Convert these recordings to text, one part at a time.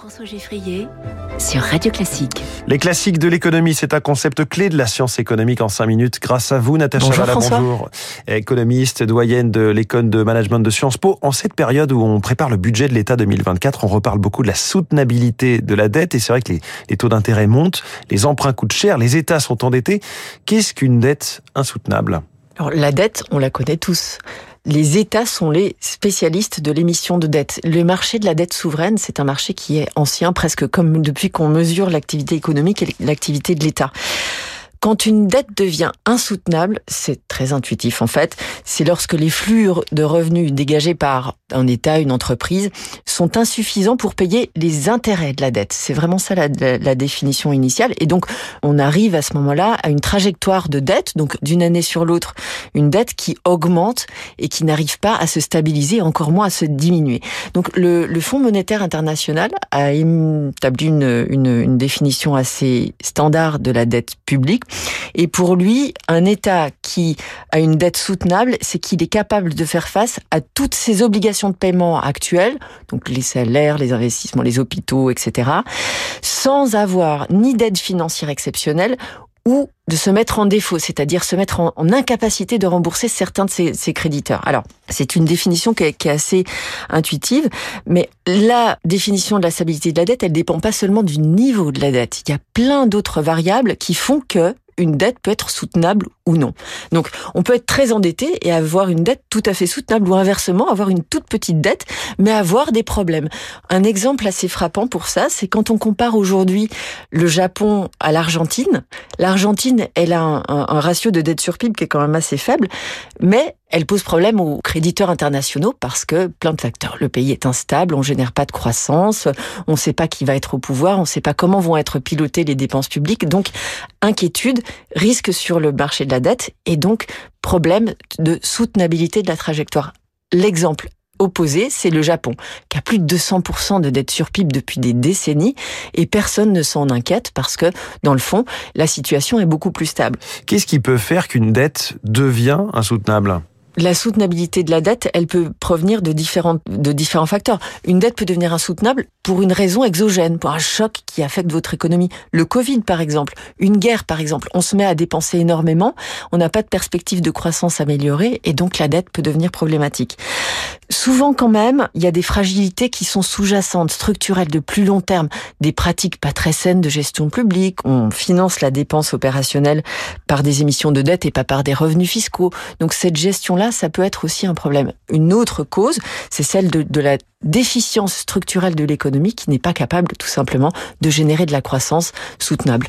François Geffrier sur Radio Classique. Les classiques de l'économie, c'est un concept clé de la science économique en 5 minutes. Grâce à vous, Natacha Bonjour Valla, François. bonjour. Économiste, doyenne de l'école de management de Sciences Po. En cette période où on prépare le budget de l'État 2024, on reparle beaucoup de la soutenabilité de la dette. Et c'est vrai que les taux d'intérêt montent, les emprunts coûtent cher, les États sont endettés. Qu'est-ce qu'une dette insoutenable ? Alors, la dette, on la connaît tous. Les États sont les spécialistes de l'émission de dette. Le marché de la dette souveraine, c'est un marché qui est ancien, presque comme depuis qu'on mesure l'activité économique et l'activité de l'État. Quand une dette devient insoutenable, c'est très intuitif en fait, c'est lorsque les flux de revenus dégagés par un État, une entreprise, sont insuffisants pour payer les intérêts de la dette. C'est vraiment ça la définition initiale. Et donc, on arrive à ce moment-là à une trajectoire de dette, donc d'une année sur l'autre, une dette qui augmente et qui n'arrive pas à se stabiliser, encore moins à se diminuer. Donc, le Fonds monétaire international a établi une définition assez standard de la dette publique. Et pour lui, un État qui a une dette soutenable, c'est qu'il est capable de faire face à toutes ses obligations de paiement actuelles, donc les salaires, les investissements, les hôpitaux, etc., sans avoir ni d'aide financière exceptionnelle ou de se mettre en défaut, c'est-à-dire se mettre en incapacité de rembourser certains de ses créditeurs. Alors, c'est une définition qui est assez intuitive, mais la définition de la stabilité de la dette, elle dépend pas seulement du niveau de la dette. Il y a plein d'autres variables qui font que une dette peut être soutenable ou non. Donc, on peut être très endetté et avoir une dette tout à fait soutenable, ou inversement, avoir une toute petite dette, mais avoir des problèmes. Un exemple assez frappant pour ça, c'est quand on compare aujourd'hui le Japon à l'Argentine. L'Argentine, elle a un ratio de dette sur PIB qui est quand même assez faible, mais elle pose problème aux créditeurs internationaux parce que plein de facteurs. Le pays est instable, on génère pas de croissance, on ne sait pas qui va être au pouvoir, on ne sait pas comment vont être pilotées les dépenses publiques. Donc, inquiétude, risque sur le marché de la dette et donc problème de soutenabilité de la trajectoire. L'exemple opposé, c'est le Japon, qui a plus de 200% de dette sur PIB depuis des décennies et personne ne s'en inquiète parce que, dans le fond, la situation est beaucoup plus stable. Qu'est-ce qui peut faire qu'une dette devient insoutenable ? La soutenabilité de la dette, elle peut provenir de différents facteurs. Une dette peut devenir insoutenable pour une raison exogène, pour un choc qui affecte votre économie. Le Covid, par exemple, une guerre, par exemple. On se met à dépenser énormément, on n'a pas de perspective de croissance améliorée et donc la dette peut devenir problématique. Souvent, quand même, il y a des fragilités qui sont sous-jacentes, structurelles, de plus long terme, des pratiques pas très saines de gestion publique. On finance la dépense opérationnelle par des émissions de dette et pas par des revenus fiscaux. Donc cette gestion-là, ça peut être aussi un problème. Une autre cause, c'est celle de la déficience structurelle de l'économie qui n'est pas capable, tout simplement, de générer de la croissance soutenable.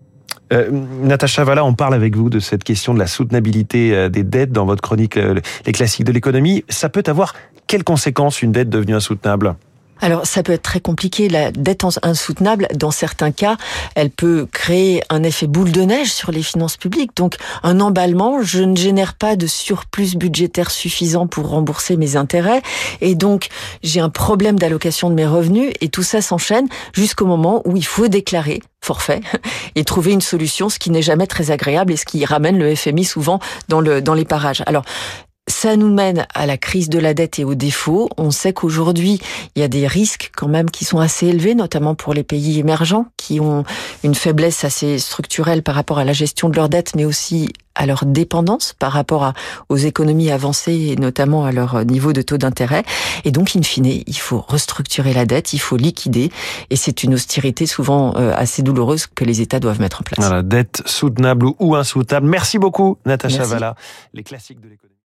Natacha Valla, on parle avec vous de cette question de la soutenabilité des dettes dans votre chronique Les classiques de l'économie. Ça peut avoir quelles conséquences une dette devenue insoutenable ? Alors, ça peut être très compliqué. La dette insoutenable, dans certains cas, elle peut créer un effet boule de neige sur les finances publiques. Donc, un emballement, je ne génère pas de surplus budgétaire suffisant pour rembourser mes intérêts. Et donc, j'ai un problème d'allocation de mes revenus. Et tout ça s'enchaîne jusqu'au moment où il faut déclarer forfait et trouver une solution, ce qui n'est jamais très agréable et ce qui ramène le FMI souvent dans les parages. Alors, ça nous mène à la crise de la dette et au défaut. On sait qu'aujourd'hui, il y a des risques quand même qui sont assez élevés, notamment pour les pays émergents, qui ont une faiblesse assez structurelle par rapport à la gestion de leur dette, mais aussi à leur dépendance par rapport aux économies avancées et notamment à leur niveau de taux d'intérêt. Et donc, in fine, il faut restructurer la dette, il faut liquider. Et c'est une austérité souvent assez douloureuse que les États doivent mettre en place. Voilà, dette soutenable ou insoutenable. Merci beaucoup, Natacha Valla. Les classiques de l'économie.